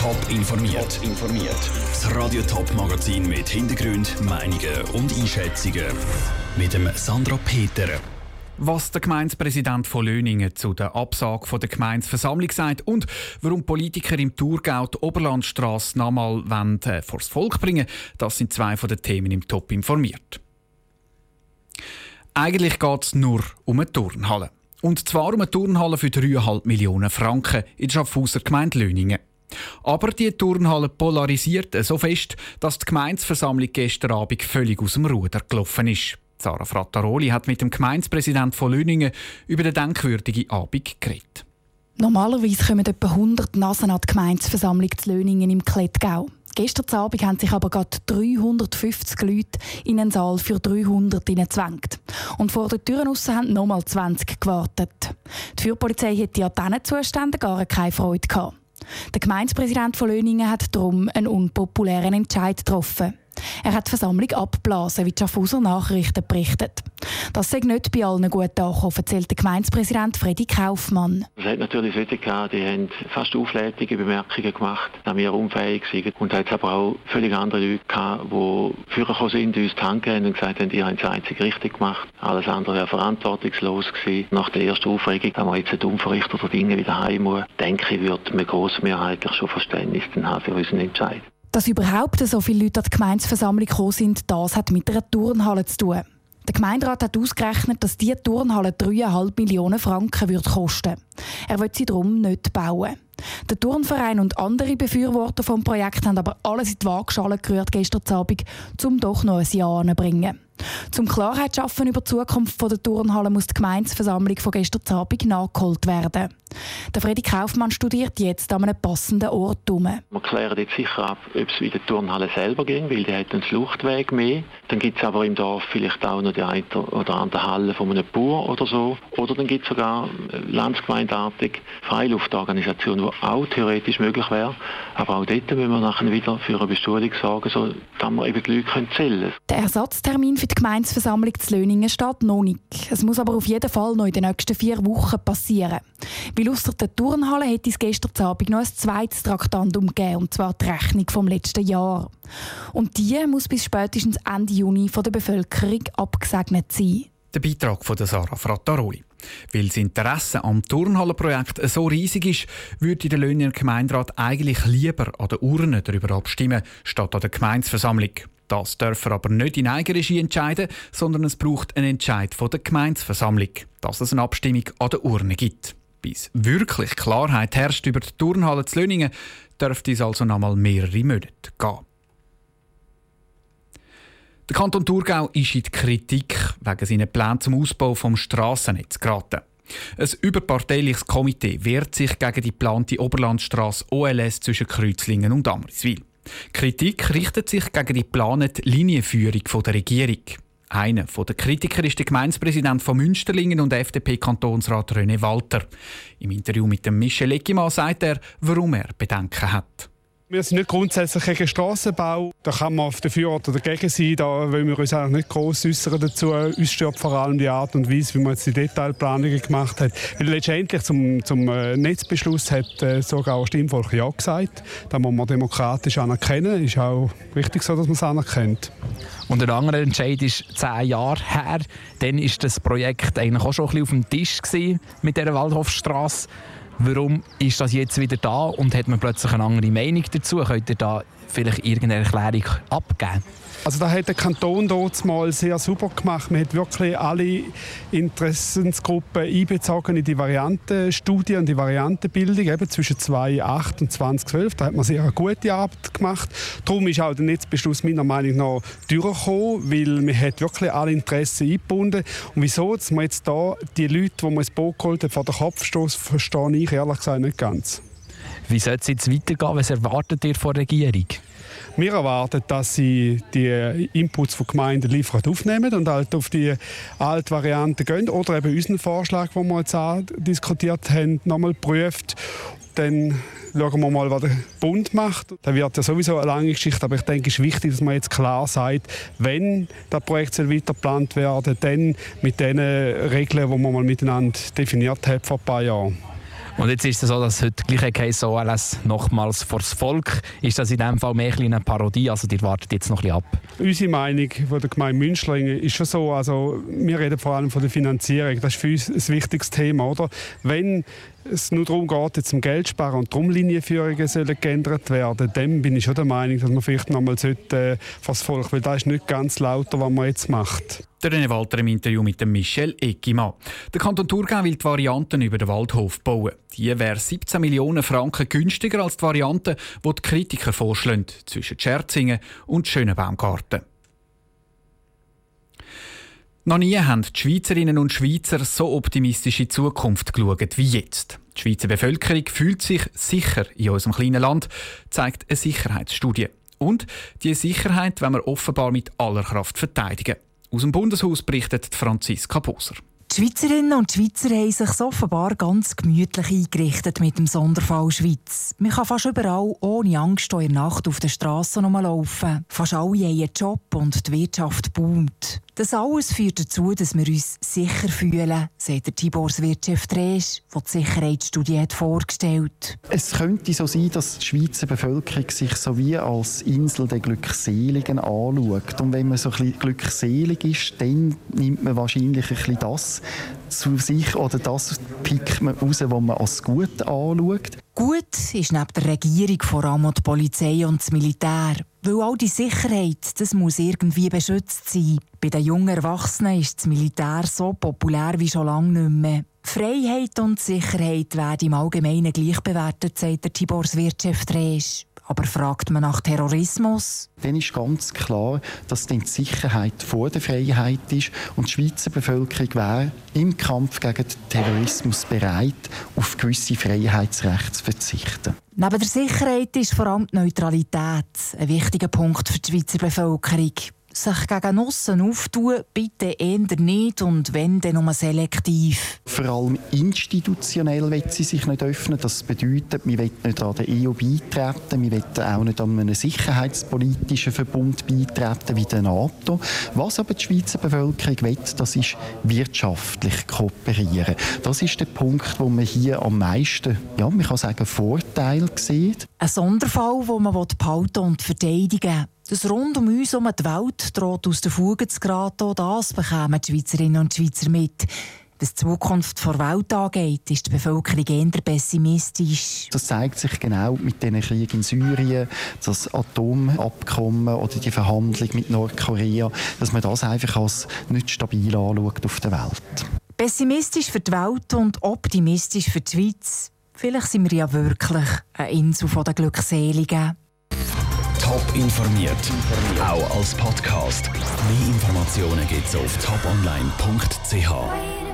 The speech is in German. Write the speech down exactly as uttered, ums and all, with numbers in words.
Top informiert. Top informiert. Das Radio Top Magazin mit Hintergrund, Meinungen und Einschätzungen mit dem Sandra Peter. Was der Gemeindepräsident von Löningen zu der Absage von der Gemeindeversammlung sagt und warum Politiker im Thurgau die Oberlandstrasse noch einmal wollen, äh, vors Volk bringen, das sind zwei von den Themen im Top informiert. Eigentlich geht es nur um eine Turnhalle. Und zwar um eine Turnhalle für drei Komma fünf Millionen Franken in der Schaffhauser Gemeinde Löningen. Aber die Turnhalle polarisiert so fest, dass die Gemeindeversammlung gestern Abend völlig aus dem Ruder gelaufen ist. Sarah Frattaroli hat mit dem Gemeindepräsidenten von Löningen über den denkwürdigen Abend geredet. Normalerweise kommen etwa hundert Nasen an die Gemeindeversammlung zu Löningen im Klettgau. Gestern Abend haben sich aber gerade dreihundertfünfzig Leute in einen Saal für dreihundert hineingezwängt. Und vor den Türen aussen haben nochmal zwanzig gewartet. Die Feuerpolizei hätte an diesen Zuständen gar keine Freude gehabt. Der Gemeindepräsident von Löningen hat darum einen unpopulären Entscheid getroffen. Er hat die Versammlung abgeblasen, wie die Schaffhauser Nachrichten berichtet. Das sei nicht bei allen gut angekommen, erzählt der Gemeindepräsident Fredi Kaufmann. Es hat natürlich Leute gehabt, die haben fast auflädige Bemerkungen gemacht, dass wir unfähig sind. Und da hat es aber auch völlig andere Leute gehabt, die vorgekommen sind, uns die Hand gegeben und gesagt haben, ihr habt das einzig richtig gemacht. Alles andere wäre verantwortungslos gewesen. Nach der ersten Aufregung, dass wir jetzt einen unverrichteter Dinge wieder heim muss, denke ich, wird man grossmehrheitlich schon Verständnis haben für unseren Entscheid. Dass überhaupt so viele Leute an die Gemeindeversammlung gekommen sind, das hat mit einer Turnhalle zu tun. Der Gemeinderat hat ausgerechnet, dass diese Turnhalle drei Komma fünf Millionen Franken würde kosten. Er will sie darum nicht bauen. Der Turnverein und andere Befürworter des Projekts haben aber alles in die Waagschale gerührt gestern Abend, um doch noch ein Ja anzubringen. Zum Klarheit zu schaffen über die Zukunft der Turnhalle muss die Gemeindeversammlung von gestern Abend nachgeholt werden. Der Fredi Kaufmann studiert jetzt an einem passenden Ort um. Wir klären jetzt sicher ab, ob es in der Turnhalle selber ging, weil die hat einen Fluchtweg mehr. Dann gibt es aber im Dorf vielleicht auch noch die eine oder andere Halle von einem Bauer oder so. Oder dann gibt es sogar landsgemeindeartig Freiluftorganisation, die auch theoretisch möglich wäre. Aber auch dort müssen wir nachher wieder für eine Bestuhlung sorgen, sodass wir eben die Leute zählen können. Der Ersatztermin für die Gemeindeversammlung zu Löningen steht noch nicht. Es muss aber auf jeden Fall noch in den nächsten vier Wochen passieren. Weil ausser der Turnhalle hätte es gestern Abend noch ein zweites Traktandum gegeben, und zwar die Rechnung vom letzten Jahr. Und die muss bis spätestens Ende Juni von der Bevölkerung abgesegnet sein. Der Beitrag von Sarah Frattaroli. Weil das Interesse am Turnhallenprojekt so riesig ist, würde der Löninger Gemeinderat eigentlich lieber an der Urne darüber abstimmen, statt an der Gemeindeversammlung. Das dürfen aber nicht in Eigenregie entscheiden, sondern es braucht einen Entscheid von der Gemeindeversammlung, dass es eine Abstimmung an der Urne gibt. Bis wirklich Klarheit herrscht über die Turnhalle zu Löningen, dürfte es also noch mal mehrere Monate gehen. Der Kanton Thurgau ist in die Kritik wegen seiner Pläne zum Ausbau des Strassennetzes geraten. Ein überparteiliches Komitee wehrt sich gegen die geplante Oberlandstrasse O L S zwischen Kreuzlingen und Amriswil. Kritik richtet sich gegen die geplante Linienführung der Regierung. Einer der Kritiker ist der Gemeindepräsident von Münsterlingen und F D P-Kantonsrat René Walter. Im Interview mit dem Michel Eckimann sagt er, warum er Bedenken hat. Wir sind nicht grundsätzlich gegen Strassenbau. Da kann man dafür oder dagegen sein. Da wollen wir uns eigentlich nicht gross äußern dazu. Uns stört vor allem die Art und Weise, wie man jetzt die Detailplanungen gemacht hat. Weil letztendlich zum, zum Netzbeschluss hat äh, sogar auch Stimmvolk Ja gesagt. Das muss man demokratisch anerkennen. Ist auch richtig so, dass man es anerkennt. Und ein anderer Entscheid ist zehn Jahre her. Dann war das Projekt eigentlich auch schon ein bisschen auf dem Tisch gewesen mit dieser Waldhofstrasse. Warum ist das jetzt wieder da und hat man plötzlich eine andere Meinung dazu? Könnt ihr da vielleicht irgendeine Erklärung abgeben? Also da hat der Kanton dort mal sehr super gemacht. Man hat wirklich alle Interessensgruppen einbezogen in die Variantenstudie und die Variantenbildung eben zwischen zweitausendacht und zweitausendzwölf. Da hat man sehr eine gute Arbeit gemacht. Darum ist auch der Netzbeschluss meiner Meinung nach durchgekommen, weil man hat wirklich alle Interessen eingebunden. Und wieso dass man jetzt da die Leute, die man ins Boot geholt hat, vor den Kopf stoßen, verstehe ich ehrlich gesagt nicht ganz. Wie soll es jetzt weitergehen? Was erwartet ihr von der Regierung? Wir erwarten, dass sie die Inputs von Gemeinden liefern aufnehmen und halt auf die alte Variante gehen oder eben unseren Vorschlag, den wir jetzt auch diskutiert haben, nochmal prüft. Dann schauen wir mal, was der Bund macht. Da wird ja sowieso eine lange Geschichte, aber ich denke, es ist wichtig, dass man jetzt klar sagt, wenn das Projekt weiter geplant werden soll, dann mit den Regeln, die man mal miteinander definiert hat vor ein paar Jahren. Und jetzt ist es so, dass heute gleich heisst, O L S nochmals vors Volk. Ist das in diesem Fall mehr eine Parodie? Also ihr wartet jetzt noch ein bisschen ab. Unsere Meinung von der Gemeinde Münchling ist schon so, also wir reden vor allem von der Finanzierung. Das ist für uns ein wichtiges Thema, oder? Wenn es nur darum geht, jetzt zum Geld sparen und die Linienführungen sollen geändert werden, dann bin ich schon der Meinung, dass man vielleicht noch mal sollte, äh, vors Volk, weil das ist nicht ganz lauter, was man jetzt macht. Der René Walter im Interview mit dem Michel Eckimann. Der Kanton Thurgau will die Varianten über den Waldhof bauen. Die wäre siebzehn Millionen Franken günstiger als die Variante, die die Kritiker vorschlagen, zwischen Scherzingen und Schönenbaumgarten. Noch nie haben die Schweizerinnen und Schweizer so optimistisch in die Zukunft geschaut wie jetzt. Die Schweizer Bevölkerung fühlt sich sicher in unserem kleinen Land, zeigt eine Sicherheitsstudie. Und diese Sicherheit wollen wir offenbar mit aller Kraft verteidigen. Aus dem Bundeshaus berichtet Franziska Poser. Die Schweizerinnen und Schweizer haben sich offenbar ganz gemütlich eingerichtet mit dem Sonderfall Schweiz. Man kann fast überall ohne Angst in der Nacht auf den Strassen rumlaufen. Fast alle haben einen Job und die Wirtschaft boomt. Das alles führt dazu, dass wir uns sicher fühlen, sagt der Tibors Wirtschef Dresch, der die Sicherheitsstudie hat vorgestellt. Es könnte so sein, dass die Schweizer Bevölkerung sich so wie als Insel der Glückseligen anschaut. Und wenn man so ein bisschen glückselig ist, dann nimmt man wahrscheinlich ein bisschen das zu sich oder das pickt man raus, was man als gut anschaut. Gut ist neben der Regierung vor allem die Polizei und das Militär. Weil all die Sicherheit, das muss irgendwie beschützt sein. Bei den jungen Erwachsenen ist das Militär so populär wie schon lange nicht mehr. Freiheit und Sicherheit werden im Allgemeinen gleich bewertet, sagt der Tibors Wirtschef Dresch. Aber fragt man nach Terrorismus? Dann ist ganz klar, dass dann die Sicherheit vor der Freiheit ist und die Schweizer Bevölkerung wäre im Kampf gegen den Terrorismus bereit, auf gewisse Freiheitsrechte zu verzichten. Neben der Sicherheit ist vor allem die Neutralität ein wichtiger Punkt für die Schweizer Bevölkerung. Sich gegen aussen auftun, bitte eher nicht und wenn, dann nur selektiv. Vor allem institutionell will sie sich nicht öffnen. Das bedeutet, wir wollen nicht an der E U beitreten, wir wollen auch nicht an einem sicherheitspolitischen Verbund beitreten wie der NATO. Was aber die Schweizer Bevölkerung will, das ist wirtschaftlich kooperieren. Das ist der Punkt, wo man hier am meisten, ja, man kann sagen, Vorteil sieht. Ein Sonderfall, den man behalten und verteidigen will. Das rund um uns um die Welt droht aus der Fuge zu geraten, das bekommen die Schweizerinnen und Schweizer mit. Was die Zukunft der Welt angeht, ist die Bevölkerung eher pessimistisch. Das zeigt sich genau mit den Kriegen in Syrien, das Atomabkommen oder die Verhandlung mit Nordkorea, dass man das einfach als nicht stabil anschaut auf der Welt. Pessimistisch für die Welt und optimistisch für die Schweiz. Vielleicht sind wir ja wirklich eine Insel der Glückseligen. Top informiert, auch als Podcast. Mehr Informationen gibt's auf top online punkt c h.